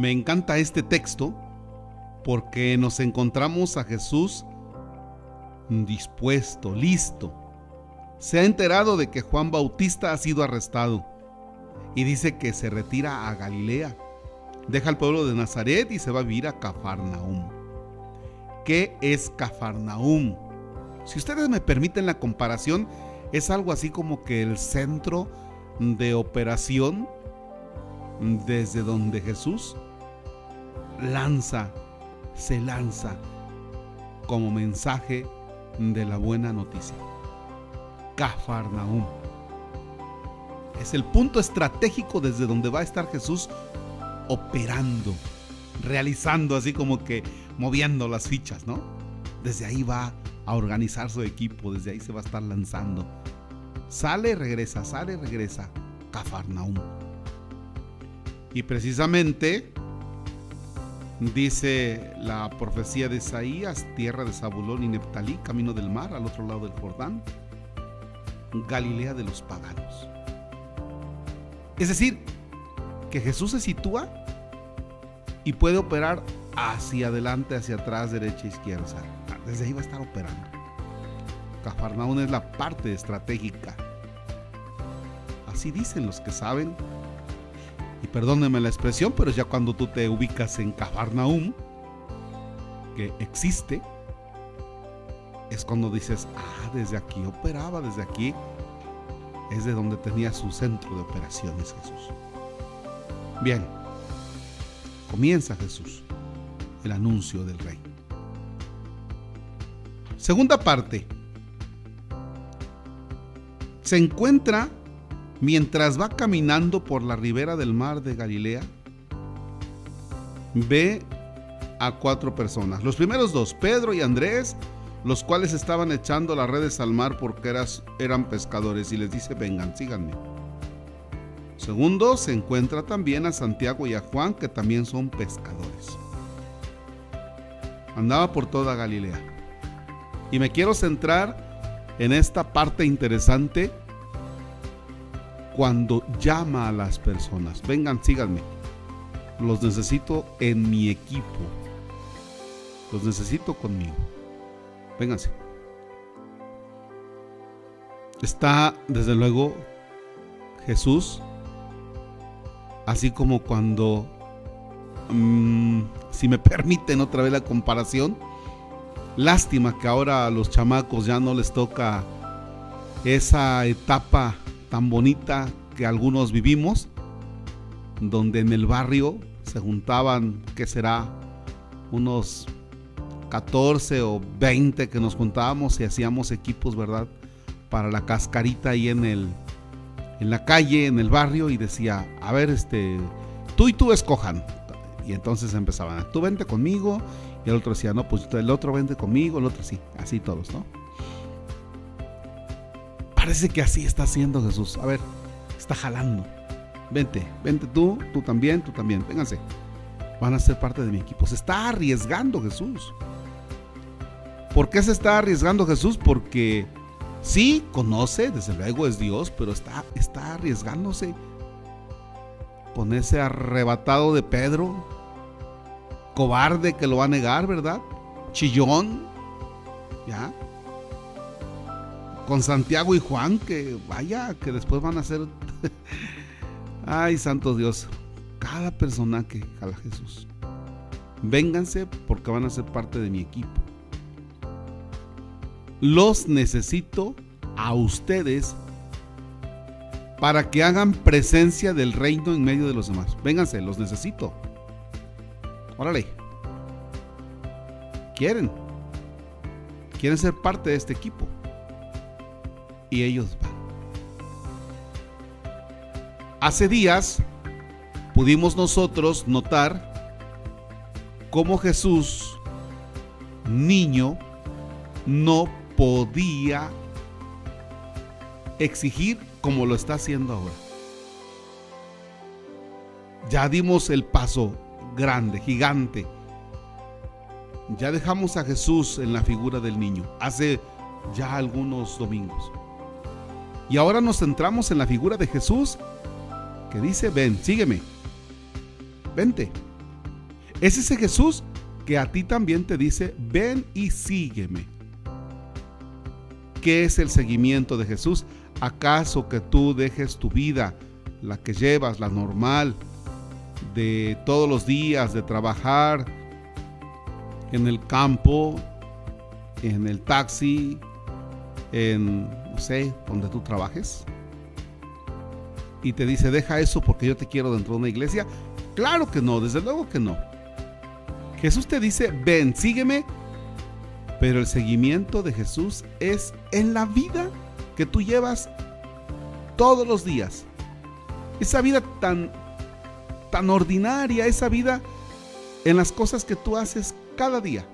Me encanta este texto porque nos encontramos a Jesús dispuesto, listo. Se ha enterado de que Juan Bautista ha sido arrestado y dice que se retira a Galilea. Deja el pueblo de Nazaret y se va a vivir a Cafarnaúm. ¿Qué es Cafarnaúm? Si ustedes me permiten la comparación, es algo así como que el centro de operación desde donde Jesús se lanza como mensaje de la buena noticia. Cafarnaúm es el punto estratégico desde donde va a estar Jesús operando, realizando, así como que moviendo las fichas, ¿no? Desde ahí va a organizar su equipo, desde ahí se va a estar lanzando. Sale y regresa, Cafarnaúm. Y precisamente dice la profecía de Isaías: tierra de Zabulón y Neftalí, camino del mar, al otro lado del Jordán, Galilea de los paganos. Es decir, que Jesús se sitúa y puede operar hacia adelante, hacia atrás, derecha, izquierda. O sea, desde ahí va a estar operando. Cafarnaúm es la parte estratégica. Así dicen los que saben. Y perdónenme la expresión, pero ya cuando tú te ubicas en Cafarnaúm, que existe, es cuando dices: desde aquí operaba, desde aquí es de donde tenía su centro de operaciones Jesús. Bien, comienza Jesús el anuncio del reino. Segunda parte. Se encuentra mientras va caminando por la ribera del mar de Galilea. Ve a 4 personas. Los primeros 2, Pedro y Andrés, los cuales estaban echando las redes al mar porque eran pescadores, y les dice: vengan, síganme. Segundo, se encuentra también a Santiago y a Juan, que también son pescadores. Andaba por toda Galilea. Y me quiero centrar en esta parte interesante, cuando llama a las personas: vengan, síganme, los necesito en mi equipo, los necesito conmigo, vénganse. Está desde luego Jesús, así como cuando, si me permiten otra vez la comparación, lástima que ahora a los chamacos ya no les toca esa etapa tan bonita que algunos vivimos, donde en el barrio se juntaban, ¿qué será?, unos 14 o 20 que nos juntábamos y hacíamos equipos, ¿verdad?, para la cascarita ahí en la calle, en el barrio, y decía: a ver, tú y tú escojan. Y entonces empezaban: tú vente conmigo, y el otro decía: no, pues el otro vente conmigo, el otro sí, así todos, ¿no? Parece que así está haciendo Jesús. A ver, está jalando. Vente tú también, vénganse. Van a ser parte de mi equipo. Se está arriesgando Jesús. ¿Por qué se está arriesgando Jesús? Porque sí, conoce, desde luego es Dios, pero está arriesgándose con ese arrebatado de Pedro, cobarde que lo va a negar, ¿verdad? Chillón, ¿ya? Con Santiago y Juan, que vaya, que después van a ser ay, santo Dios, cada personaje jala Jesús. Vénganse porque van a ser parte de mi equipo. Los necesito a ustedes para que hagan presencia del reino en medio de los demás. Vénganse, los necesito. Órale. ¿Quieren ser parte de este equipo? Y ellos van. Hace días pudimos nosotros notar cómo Jesús, niño, no podía exigir como lo está haciendo ahora. Ya dimos el paso grande, gigante. Ya dejamos a Jesús en la figura del niño hace ya algunos domingos. Y ahora nos centramos en la figura de Jesús, que dice: ven, sígueme, vente, Es ese Jesús que a ti también te dice: ven y sígueme. ¿Qué es el seguimiento de Jesús? ¿Acaso que tú dejes tu vida, la que llevas, la normal, de todos los días, de trabajar en el campo, en el taxi, en, no sé, donde tú trabajes? Y te dice: deja eso porque yo te quiero dentro de una iglesia. Claro que no, desde luego que no. Jesús te dice: ven, sígueme. Pero el seguimiento de Jesús es en la vida que tú llevas todos los días. Esa vida tan ordinaria, esa vida en las cosas que tú haces cada día.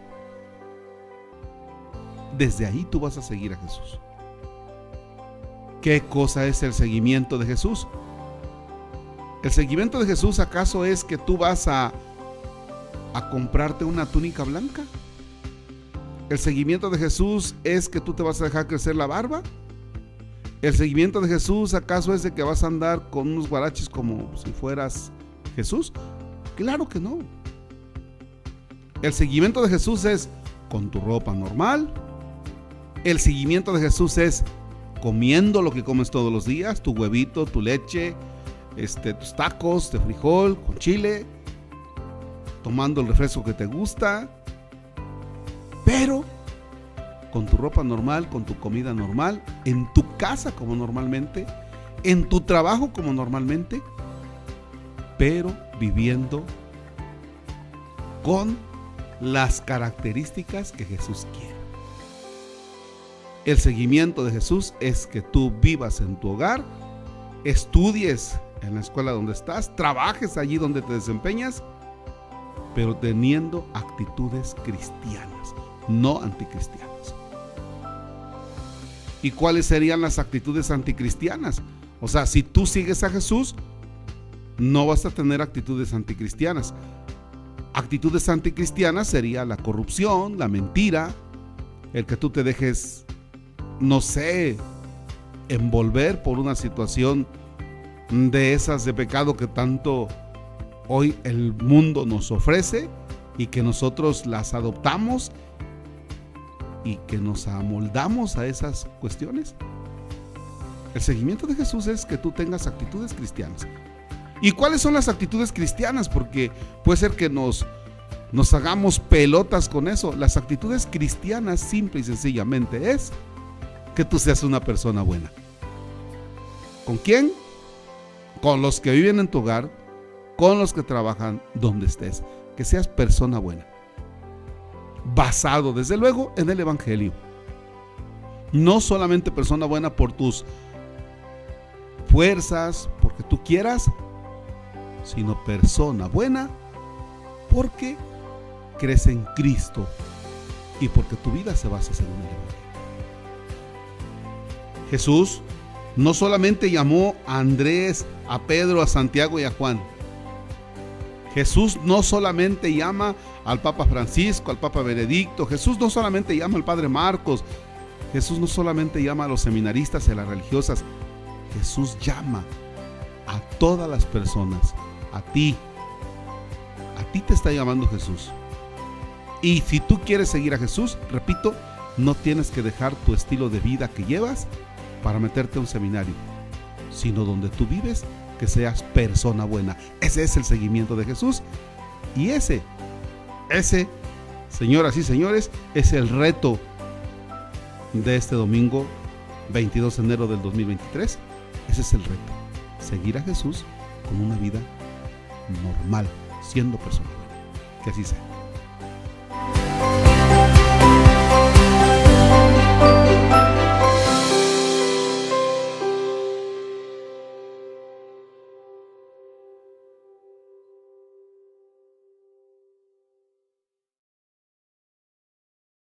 Desde ahí tú vas a seguir a Jesús. ¿Qué cosa es el seguimiento de Jesús? ¿El seguimiento de Jesús acaso es que tú vas a comprarte una túnica blanca? ¿El seguimiento de Jesús es que tú te vas a dejar crecer la barba? ¿El seguimiento de Jesús acaso es de que vas a andar con unos guaraches como si fueras Jesús? Claro que no. El seguimiento de Jesús es con tu ropa normal. El seguimiento de Jesús es comiendo lo que comes todos los días, tu huevito, tu leche, tus tacos de frijol con chile, tomando el refresco que te gusta, pero con tu ropa normal, con tu comida normal, en tu casa como normalmente, en tu trabajo como normalmente, pero viviendo con las características que Jesús quiere. El seguimiento de Jesús es que tú vivas en tu hogar, estudies en la escuela donde estás, trabajes allí donde te desempeñas, pero teniendo actitudes cristianas, no anticristianas. ¿Y cuáles serían las actitudes anticristianas? O sea, si tú sigues a Jesús, no vas a tener actitudes anticristianas. Actitudes anticristianas sería la corrupción, la mentira, el que tú te dejes, no sé, envolver por una situación de esas de pecado que tanto hoy el mundo nos ofrece y que nosotros las adoptamos y que nos amoldamos a esas cuestiones. El seguimiento de Jesús es que tú tengas actitudes cristianas. ¿Y cuáles son las actitudes cristianas? Porque puede ser que nos hagamos pelotas con eso. Las actitudes cristianas, simple y sencillamente, es que tú seas una persona buena. ¿Con quién? Con los que viven en tu hogar, con los que trabajan donde estés. Que seas persona buena, basado desde luego en el Evangelio. No solamente persona buena por tus fuerzas, porque tú quieras, sino persona buena porque crees en Cristo y porque tu vida se basa según el Evangelio. Jesús no solamente llamó a Andrés, a Pedro, a Santiago y a Juan. Jesús no solamente llama al Papa Francisco, al Papa Benedicto. Jesús no solamente llama al Padre Marcos. Jesús no solamente llama a los seminaristas y a las religiosas. Jesús llama a todas las personas. A ti te está llamando Jesús. Y si tú quieres seguir a Jesús, repito, no tienes que dejar tu estilo de vida que llevas para meterte a un seminario, sino donde tú vives, que seas persona buena. Ese es el seguimiento de Jesús. Y ese, señoras y señores, es el reto de este domingo 22 de enero del 2023. Ese es el reto: seguir a Jesús con una vida normal, siendo persona buena. Que así sea.